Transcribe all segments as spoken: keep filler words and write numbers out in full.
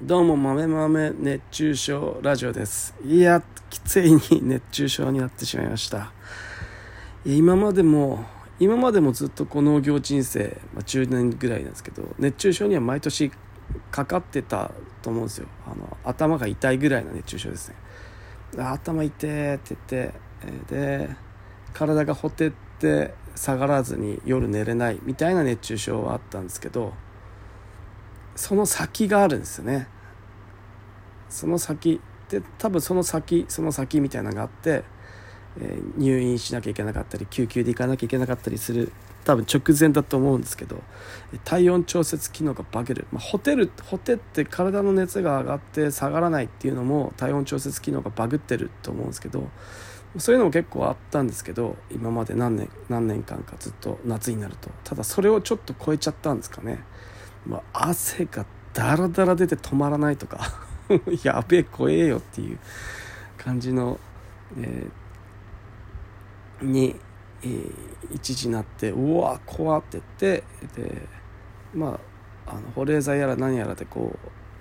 どうも豆豆熱中症ラジオです。いやついに熱中症になってしまいました。今までも今までもずっとこう農業人生、まあ、じゅうねんぐらいなんですけど、熱中症には毎年かかってたと思うんですよ。あの頭が痛いぐらいの熱中症ですね。頭痛いって言ってで体がほてって下がらずに夜寝れないみたいな熱中症はあったんですけど、その先があるんですよね。その先で多分その先その先みたいなのがあって、えー、入院しなきゃいけなかったり救急で行かなきゃいけなかったりする多分直前だと思うんですけど、体温調節機能がバグる、まあ、ホテルホテって体の熱が上がって下がらないっていうのも体温調節機能がバグってると思うんですけど、そういうのも結構あったんですけど、今まで何年何年間かずっと夏になると、ただそれをちょっと超えちゃったんですかね。まあ、汗がダラダラ出て止まらないとかやべえ怖えよっていう感じの、えー、に、えー、一時なって、うわ怖って言って、でまああの保冷剤やら何やらでこう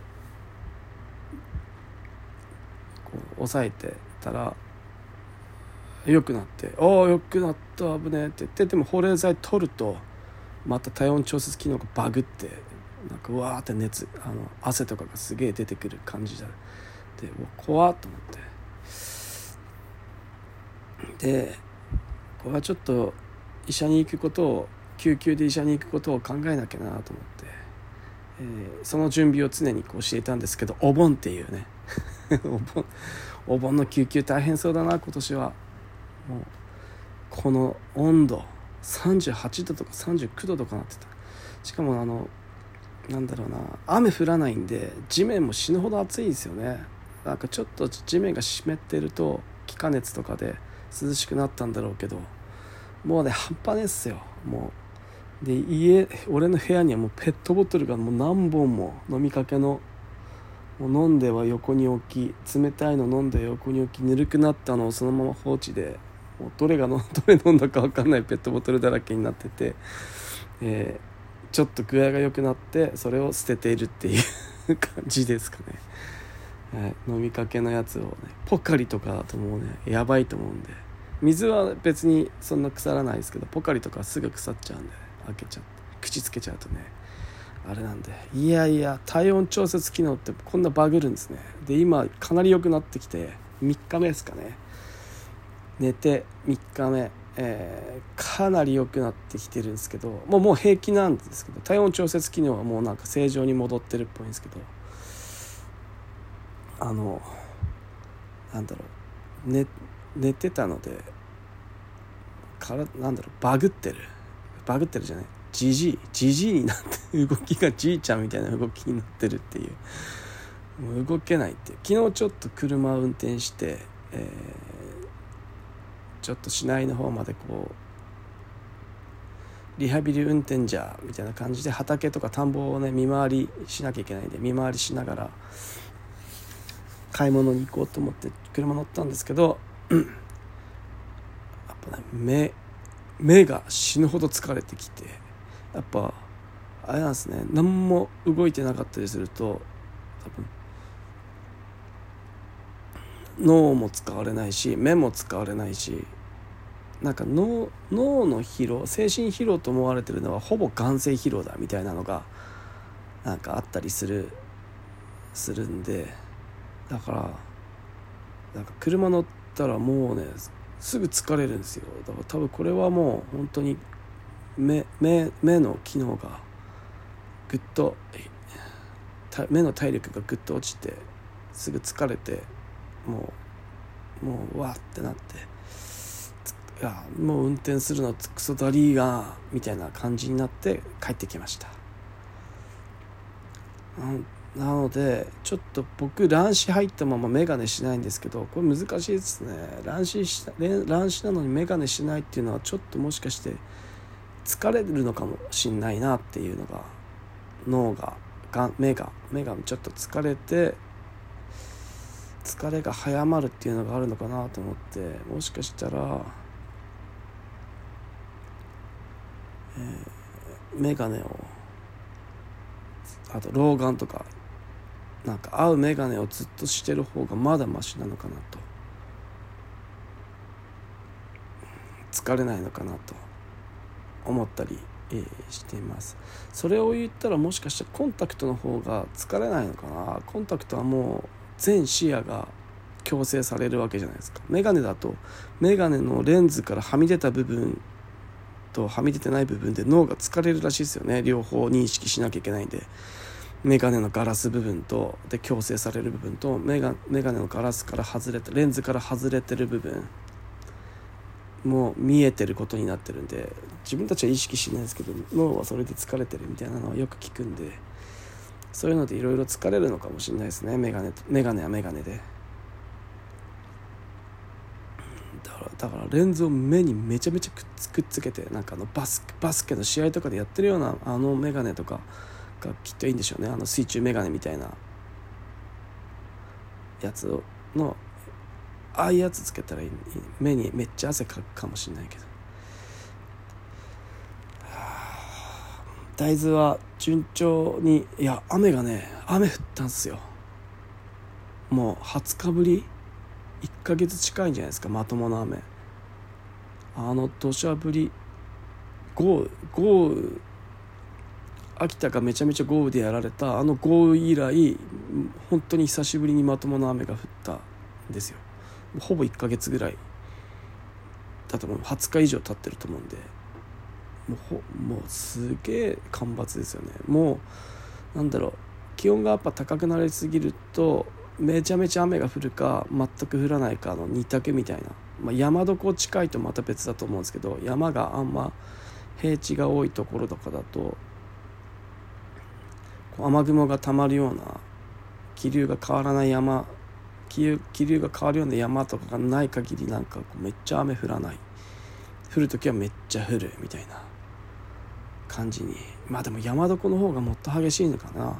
こう抑えてたら良くなって、おー良くなった危ねえって言って、でも保冷剤取るとまた体温調節機能がバグって、なんかうわーって熱あの汗とかがすげえ出てくる感じだで、うわ怖っと思って、でこれはちょっと医者に行くことを救急で医者に行くことを考えなきゃなと思って、えー、その準備を常にこうしていたんですけど、お盆っていうねお盆お盆の救急大変そうだな今年は。もうこの温度さんじゅうはちどとかさんじゅうきゅうどとかなってた。しかもあのなんだろうな、雨降らないんで地面も死ぬほど暑いんですよね。なんかちょっと地面が湿ってると気化熱とかで涼しくなったんだろうけど、もうね半端ねえっすよ。もうで家俺の部屋にはもうペットボトルがもう何本も飲みかけの、もう飲んでは横に置き、冷たいの飲んで横に置き、ぬるくなったのをそのまま放置で、もうどれがのどれ飲んだか分かんないペットボトルだらけになってて、えー、ちょっと具合が良くなってそれを捨てているっていう感じですかね。はい、飲みかけのやつをね、ポカリとかだともうねやばいと思うんで、水は別にそんな腐らないですけど、ポカリとかすぐ腐っちゃうんで開けちゃって口つけちゃうとねあれなんで、いやいや体温調節機能ってこんなバグるんですね。で今かなり良くなってきてみっかめですかね。寝てみっかめ、えー、かなり良くなってきてるんですけど、もうもう平気なんですけど、体温調節機能はもうなんか正常に戻ってるっぽいんですけど、あのなんだろう、寝寝てたのでからなんだろうバグってるバグってるじゃないジジイジジイになって動きがじいちゃんみたいな動きになってるっていう、もう動けないっていう。昨日ちょっと車を運転して、えー、ちょっと市内の方までこうリハビリ運転じゃみたいな感じで畑とか田んぼをね見回りしなきゃいけないんで、見回りしながら買い物に行こうと思って車乗ったんですけど、やっぱね目目が死ぬほど疲れてきて、やっぱあれなんですね、何も動いてなかったりすると多分脳も使われないし目も使われないし、なんか 脳, 脳の疲労、精神疲労と思われてるのはほぼ眼性疲労だみたいなのがなんかあったりするするんで、だからなんか車乗ったらもうねすぐ疲れるんですよ。だから多分これはもう本当に 目, 目, 目の機能がぐっと目の体力がぐっと落ちてすぐ疲れて、もうもうわーってなって、いやもう運転するのクソだりーがみたいな感じになって帰ってきました。なのでちょっと僕乱視入ったままメガネしないんですけど、これ難しいですね。乱視した乱視なのにメガネしないっていうのはちょっともしかして疲れるのかもしんないなっていうのが、脳がが目が目がちょっと疲れて疲れが早まるっていうのがあるのかなと思って、もしかしたら、えー、メガネをあと老眼とかなんか合う眼鏡をずっとしてる方がまだマシなのかなと、疲れないのかなと思ったり、えー、しています。それを言ったらもしかしたらコンタクトの方が疲れないのかな。コンタクトはもう全視野が矯正されるわけじゃないですか。眼鏡だと眼鏡のレンズからはみ出た部分とはみ出てない部分で脳が疲れるらしいですよね。両方認識しなきゃいけないんで、眼鏡のガラス部分とで矯正される部分と眼鏡のガラスから外れたレンズから外れてる部分も見えてることになってるんで、自分たちは意識しないですけど脳はそれで疲れてるみたいなのはよく聞くんで、そういうのでいろいろ疲れるのかもしれないですね。眼鏡眼鏡は眼鏡でだからだからレンズを目にめちゃめちゃくっつくっつけて、なんかあのバスバスケの試合とかでやってるようなあの眼鏡とかがきっといいんでしょうね。あの水中眼鏡みたいなやつのああいうやつつけたらいい、目にめっちゃ汗かくかもしれないけど、大豆は順調に、いや雨がね雨降ったんすよ。もうはつかぶりいっかげつ近いんじゃないですか、まともな雨。あの土砂降り豪雨豪雨秋田がめちゃめちゃ豪雨でやられたあの豪雨以来、本当に久しぶりにまともな雨が降ったんですよ。ほぼいっかげつぐらいだと思う。はつか以上経ってると思うんで、もうほもうすげえ干ばつですよね。もうなんだろう、気温がやっぱ高くなりすぎるとめちゃめちゃ雨が降るか全く降らないかの二択みたいな、まあ、山床近いとまた別だと思うんですけど、山があんま平地が多いところとかだと雨雲がたまるような気流が変わらない山気流、気流が変わるような山とかがない限り、なんかこうめっちゃ雨降らない、降るときはめっちゃ降るみたいな感じに、まあでも山床の方がもっと激しいのかな。あなん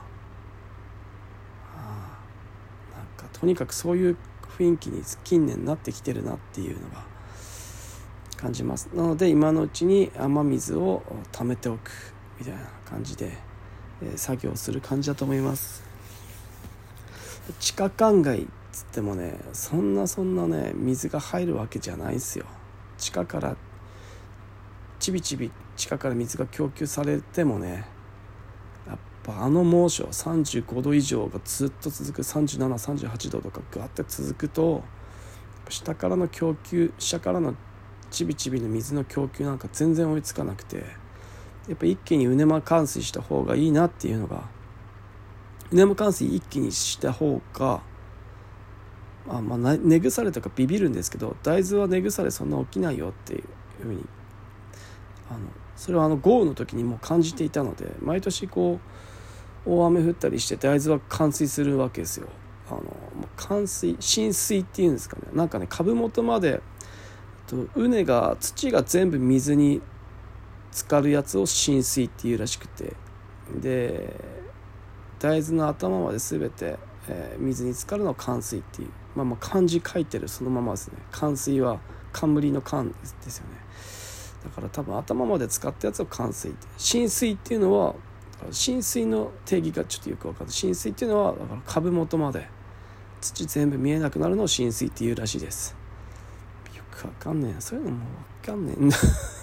かとにかくそういう雰囲気に近年なってきてるなっていうのが感じます。なので今のうちに雨水を溜めておくみたいな感じで、えー、作業する感じだと思います。地下灌漑つってもね、そんなそんなね水が入るわけじゃないんですよ。地下からちびちび地下から水が供給されてもね、やっぱあの猛暑さんじゅうごど以上がずっと続く、さんじゅうなな、さんじゅうはちどとかガーって続くと、下からの供給下からのちびちびの水の供給なんか全然追いつかなくて、やっぱ一気に畝間灌水した方がいいなっていうのが、畝間灌水一気にした方があまあ、根腐れとかビビるんですけど、大豆は根腐れそんな起きないよっていうふうに、あのそれはあの豪雨の時にもう感じていたので、毎年こう大雨降ったりして大豆は冠水するわけですよ。あの冠水浸水っていうんですかね、なんかね株元まで畝が土が全部水に浸かるやつを浸水っていうらしくて、で大豆の頭まで全て、えー、水に浸かるのを冠水っていう、まあ、まあ漢字書いてるそのままですね。冠水は冠の冠ですよね。だから多分頭まで使ったやつを冠水って、浸水っていうのは浸水の定義がちょっとよく分かる。浸水っていうのはだから株元まで土全部見えなくなるのを浸水っていうらしいです。よく分かんねえ、そういうのも分かんねえんだ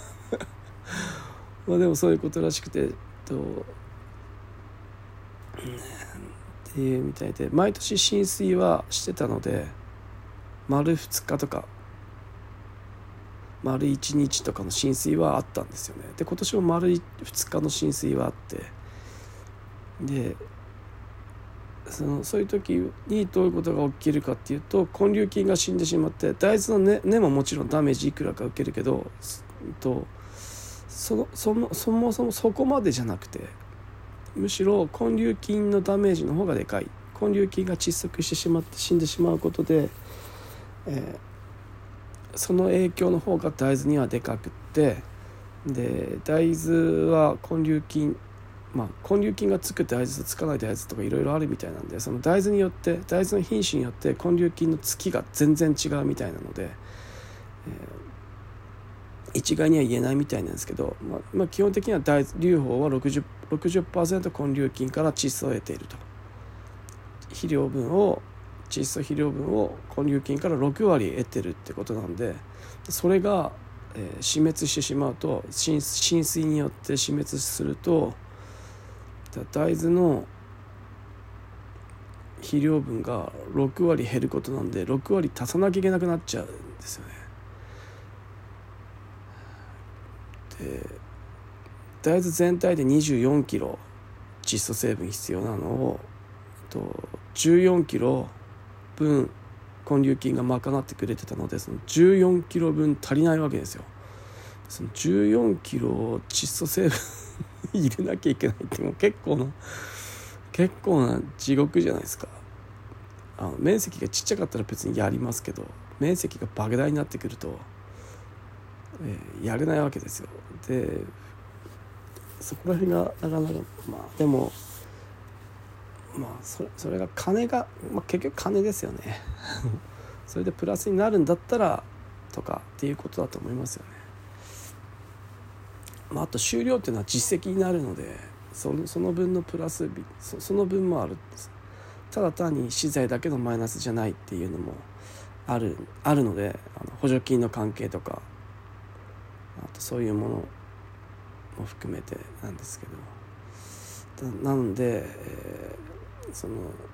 まあでもそういうことらしくてとっていうみたいで、毎年浸水はしてたので丸ふつかとか丸いちにちとかの浸水はあったんですよね。で今年も丸ふつかの浸水はあって、でそのそういう時にどういうことが起きるかっていうと、根粒菌が死んでしまって、大豆の 根, 根ももちろんダメージいくらか受けるけど、とそのそのそもそもそこまでじゃなくて、むしろ根粒菌のダメージの方がでかい。根粒菌が窒息してしまって死んでしまうことで、えー、その影響の方が大豆にはでかくって、で大豆は根粒菌、まあ、根粒菌がつく大豆とつかない大豆とかいろいろあるみたいなんで、その大豆によって大豆の品種によって根粒菌のつきが全然違うみたいなので、えー、一概には言えないみたいなんですけど、まあまあ、基本的には大豆、粒胞は ろくじゅっパーセント 根粒菌から窒素を得ていると。 肥料分を窒素肥料分を根粒菌からろくわり得てるってことなんで、それが、えー、死滅してしまうと、浸水によって死滅すると、大豆の肥料分がろくわり減ることなんで、ろくわり足さなきゃいけなくなっちゃうんですよね。で大豆全体でにじゅうよんキロ窒素成分必要なのをとじゅうよんキロ分根粒菌が賄ってくれてたので、そのじゅうよんキロ分足りないわけですよ。そのじゅうよんキロ窒素成分入れなきゃいけないって、もう結構な結構な地獄じゃないですか。あの面積がちっちゃかったら別にやりますけど、面積が莫大になってくると、えー、やれないわけですよ。でそこら辺がなかなか、まあでもまあそれ、それが金が、まあ、結局金ですよねそれでプラスになるんだったらとかっていうことだと思いますよね。まあ、あと収量っていうのは実績になるので、その、その分のプラス そ, その分もある。ただ単に資材だけのマイナスじゃないっていうのもあるあるので、あの補助金の関係とか、あとそういうものも含めてなんですけど、なので、えー、その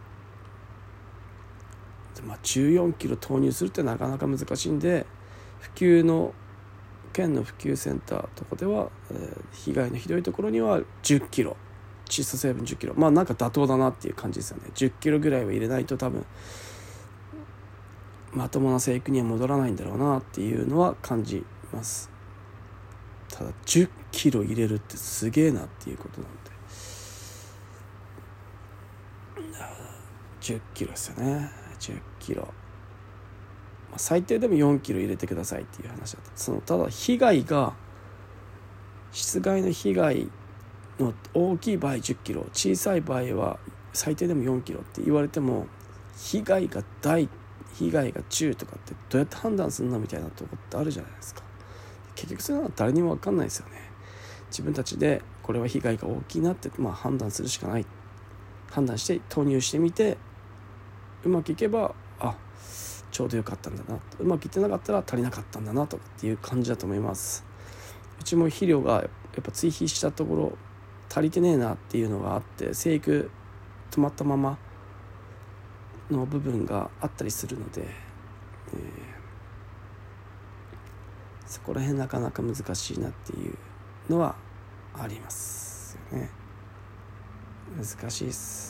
まあじゅうよんキロ投入するってなかなか難しいんで、普及の県の普及センターとかでは、えー、被害のひどいところにはじゅっキロ窒素成分じゅっキロ、まあなんか妥当だなっていう感じですよね。じゅっキロぐらいは入れないと多分まともな生育には戻らないんだろうなっていうのは感じます。ただじゅっキロ入れるってすげえなっていうことなんで、じゅっキロですよね。じゅっキロ、最低でもよんキロ入れてくださいっていう話だった。そのただ被害が室外の被害の大きい場合じゅっキロ、小さい場合は最低でもよんキロって言われても、被害が大被害が中とかってどうやって判断するのみたいなとこってあるじゃないですか。結局それは誰にも分かんないですよね。自分たちでこれは被害が大きいなって、まあ、判断するしかない。判断して投入してみて、うまくいけばあちょうどよかったんだな、うまくいってなかったら足りなかったんだなとかっていう感じだと思います。うちも肥料がやっぱ追肥したところ足りてねえなっていうのがあって、生育止まったままの部分があったりするので、えー、そこら辺なかなか難しいなっていうのはありますよね。難しいです。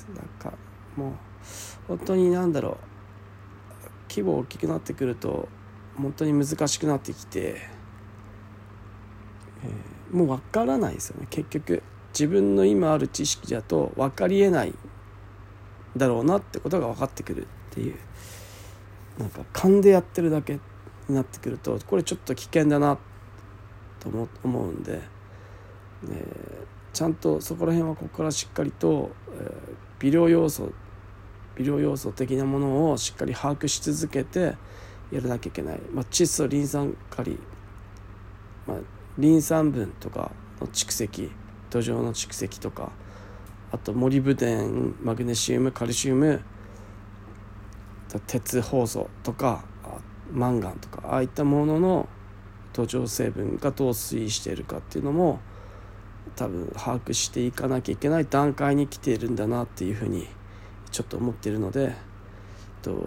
なんかもう本当に何だろう、規模大きくなってくると本当に難しくなってきて、えー、もう分からないですよね。結局自分の今ある知識だと分かりえないだろうなってことが分かってくるっていう、なんか勘でやってるだけになってくると、これちょっと危険だなと思うんで、えー、ちゃんとそこら辺はここからしっかりと、えー、微量要素微量要素的なものをしっかり把握し続けてやらなきゃいけない。まあ、窒素リン酸カリ、まあ、リン酸分とかの蓄積、土壌の蓄積とか、あとモリブデン、マグネシウム、カルシウム、鉄酵素とかマンガンとか、ああいったものの土壌成分がどう推移しているかっていうのも多分把握していかなきゃいけない段階に来ているんだなっていうふうにちょっと思っているので、と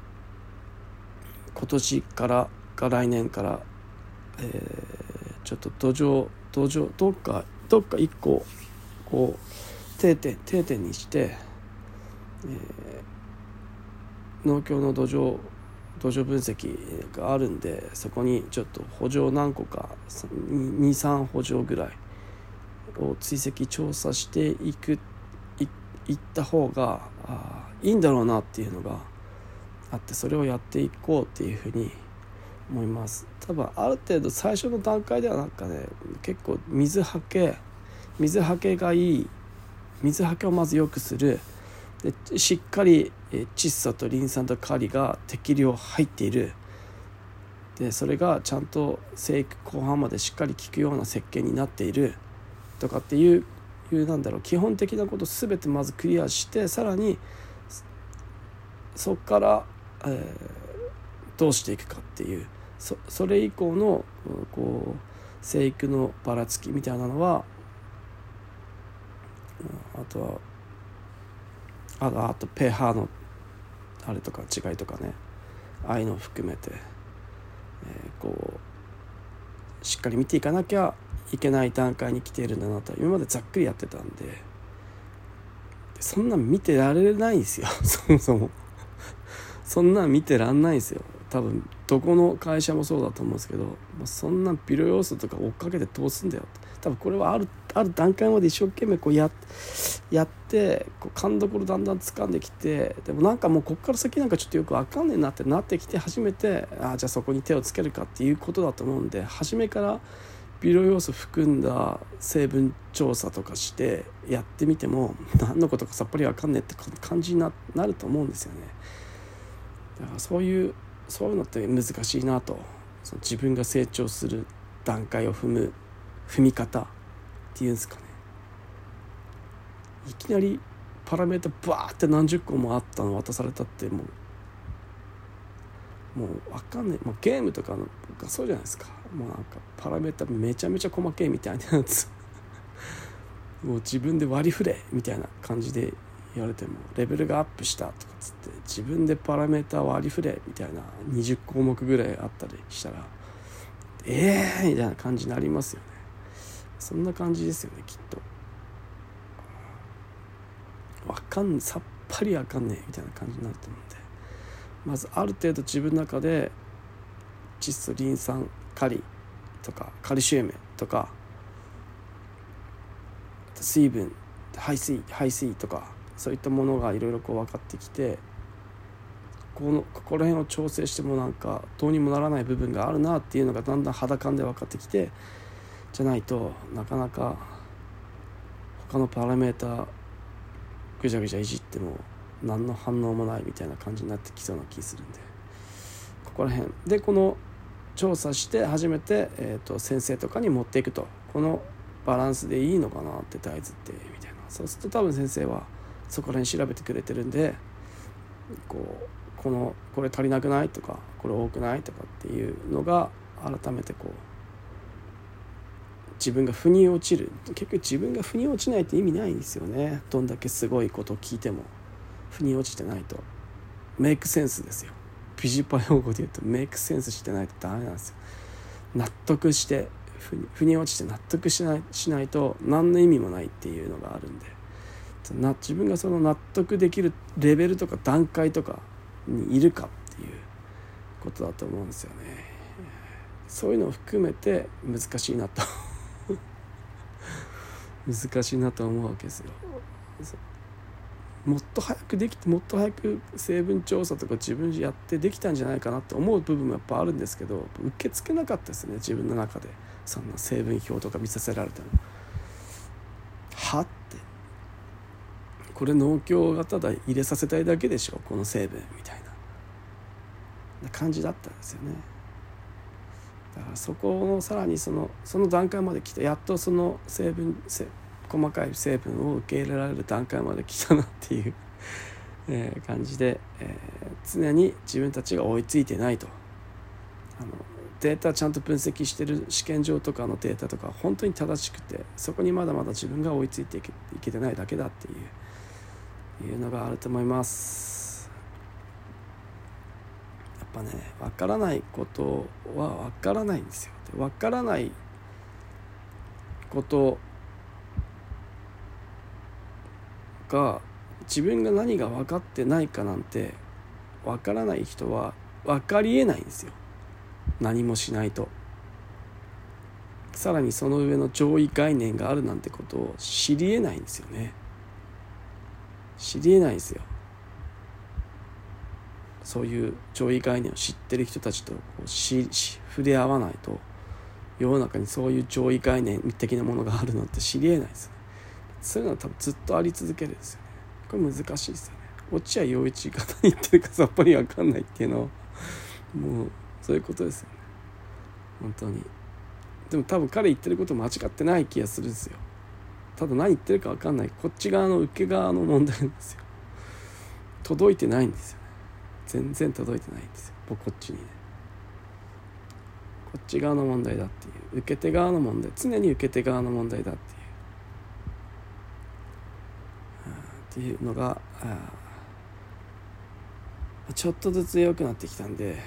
今年からか来年から、えー、ちょっと土壌土壌どっかどっか一個こう定点定点にして、えー、農協の土壌土壌分析があるんで、そこにちょっと補助何個か にさん補助ぐらいを追跡調査していくい、いった方があいいんだろうなっていうのがあって、それをやっていこうっていうふうに思います。多分ある程度最初の段階ではなんかね、結構水はけ水はけがいい水はけをまず良くする、でしっかり窒素とリン酸とカリが適量入っている、でそれがちゃんと生育後半までしっかり効くような設計になっているとかっていういうなんだろう基本的なことすべてまずクリアして、さらにそこから、えー、どうしていくかっていう そ, それ以降のこう生育のばらつきみたいなのは、あとはあとあとペーハーのあれとか違いとかね、ああいうのを含めて、えー、こうしっかり見ていかなきゃいけない段階に来ているんだなと今までざっくりやってたんで、そんなん見てられないんですよそもそもそんなん見てらんないんですよ。多分どこの会社もそうだと思うんですけど、まあ、そんなビデオ要素とか追っかけてどうすんだよって。多分これはあるある段階まで一生懸命こう や, やってこう勘どころだんだん掴んできて、でもなんかもうここから先なんかちょっとよく分かんねえなってなってきて初めて、あじゃあそこに手をつけるかっていうことだと思うんで、初めからビデオ要素含んだ成分調査とかしてやってみても何のことかさっぱり分かんねえって感じに な, なると思うんですよね。だからそういうそういうのって難しいなと。その自分が成長する段階を踏む踏み方っていうんですかね。いきなりパラメータバーって何十個もあったの渡されたってもうもう分かんない。もうゲームとかのがそうじゃないですか。もうなんかパラメータめちゃめちゃ細けえみたいなやつもう自分で割り振れみたいな感じで言われても、レベルがアップしたとかつって自分でパラメータ割り振れみたいなにじゅっこうもくぐらいあったりしたら、えーみたいな感じになりますよね。そんな感じですよね、きっと。わかんさっぱりわかんねえみたいな感じになると思うんで、まずある程度自分の中で窒素リン酸カリとかカルシウムとか水分排水排水とかそういったものがいろいろこう分かってきて、このここら辺を調整してもなんかどうにもならない部分があるなっていうのがだんだん肌感で分かってきて、じゃないとなかなか他のパラメータぐちゃぐちゃいじっても何の反応もないみたいな感じになってきそうな気するんで、ここら辺でこの調査して初めて、えー、と先生とかに持っていくと、このバランスでいいのかなって大豆ってみたいな。そうすると多分先生はそこら辺調べてくれてるんで、こうこのこれ足りなくないとかこれ多くないとかっていうのが改めてこう自分が腑に落ちる。結局自分が腑に落ちないって意味ないんですよね。どんだけすごいことを聞いても腑に落ちてないとメイクセンスですよ。ビジュパ用語で言うとメイクセンスしてないとダメなんですよ。納得して腑に落ちて納得しない、しないと何の意味もないっていうのがあるんで、な自分がその納得できるレベルとか段階とかにいるかっていうことだと思うんですよね。そういうのを含めて難しいなと難しいなと思うわけですよ。もっと早くできてもっと早く成分調査とか自分でやってできたんじゃないかなって思う部分もやっぱあるんですけど、受け付けなかったですね、自分の中で。そんな成分表とか見させられてもはってこれ農協がただ入れさせたいだけでしょこの成分みたいな感じだったんですよね。だからそこのさらにそのその段階まで来て、やっとその成分細かい成分を受け入れられる段階まで来たなっていうえー感じで、えー、常に自分たちが追いついてないと。あのデータちゃんと分析してる試験場とかのデータとか本当に正しくて、そこにまだまだ自分が追いついていけ、いけてないだけだっていういうのがあると思います。やっぱね、分からないことは分からないんですよ。で分からないことが自分が何が分かってないかなんて分からない人は分かりえないんですよ。何もしないと。さらにその上の上位概念があるなんてことを知りえないんですよね。知りえないですよ。そういう上位概念を知ってる人たちとこうしし触れ合わないと、世の中にそういう上位概念的なものがあるなんて知りえないですよね。そういうのは多分ずっとあり続けるんですよね。これ難しいですよね。落合陽一が何言ってるかさっぱり分かんないっていうのはもうそういうことですよね、本当に。でも多分彼言ってること間違ってない気がするんですよ。ただ何言ってるか分かんない、こっち側の受け側の問題なんですよ。届いてないんですよね。 全然届いてないんですよ。僕こっちにね、こっち側の問題だっていう、受け手側の問題、常に受け手側の問題だっていうっていうのがちょっとずつ良くなってきたんで、えー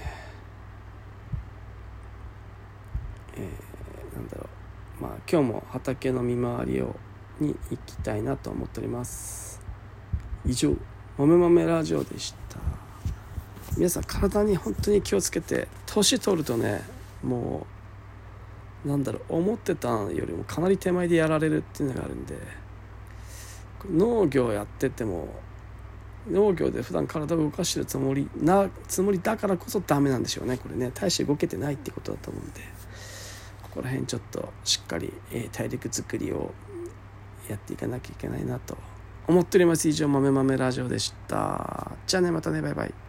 えー、なんだろう、まあ今日も畑の見回りをに行きたいなと思っております。以上、もめもめラジオでした。皆さん体に本当に気をつけて、年取るとね、もうなんだろう、思ってたよりもかなり手前でやられるっていうのがあるんで、農業やってても、農業で普段体を動かしてるつもりなつもりだからこそダメなんでしょうね。これね、大して動けてないってことだと思うんで、ここら辺ちょっとしっかり、えー、体力作りをやっていかなきゃいけないなと思っております。以上、豆豆ラジオでした。じゃあね、またね、バイバイ。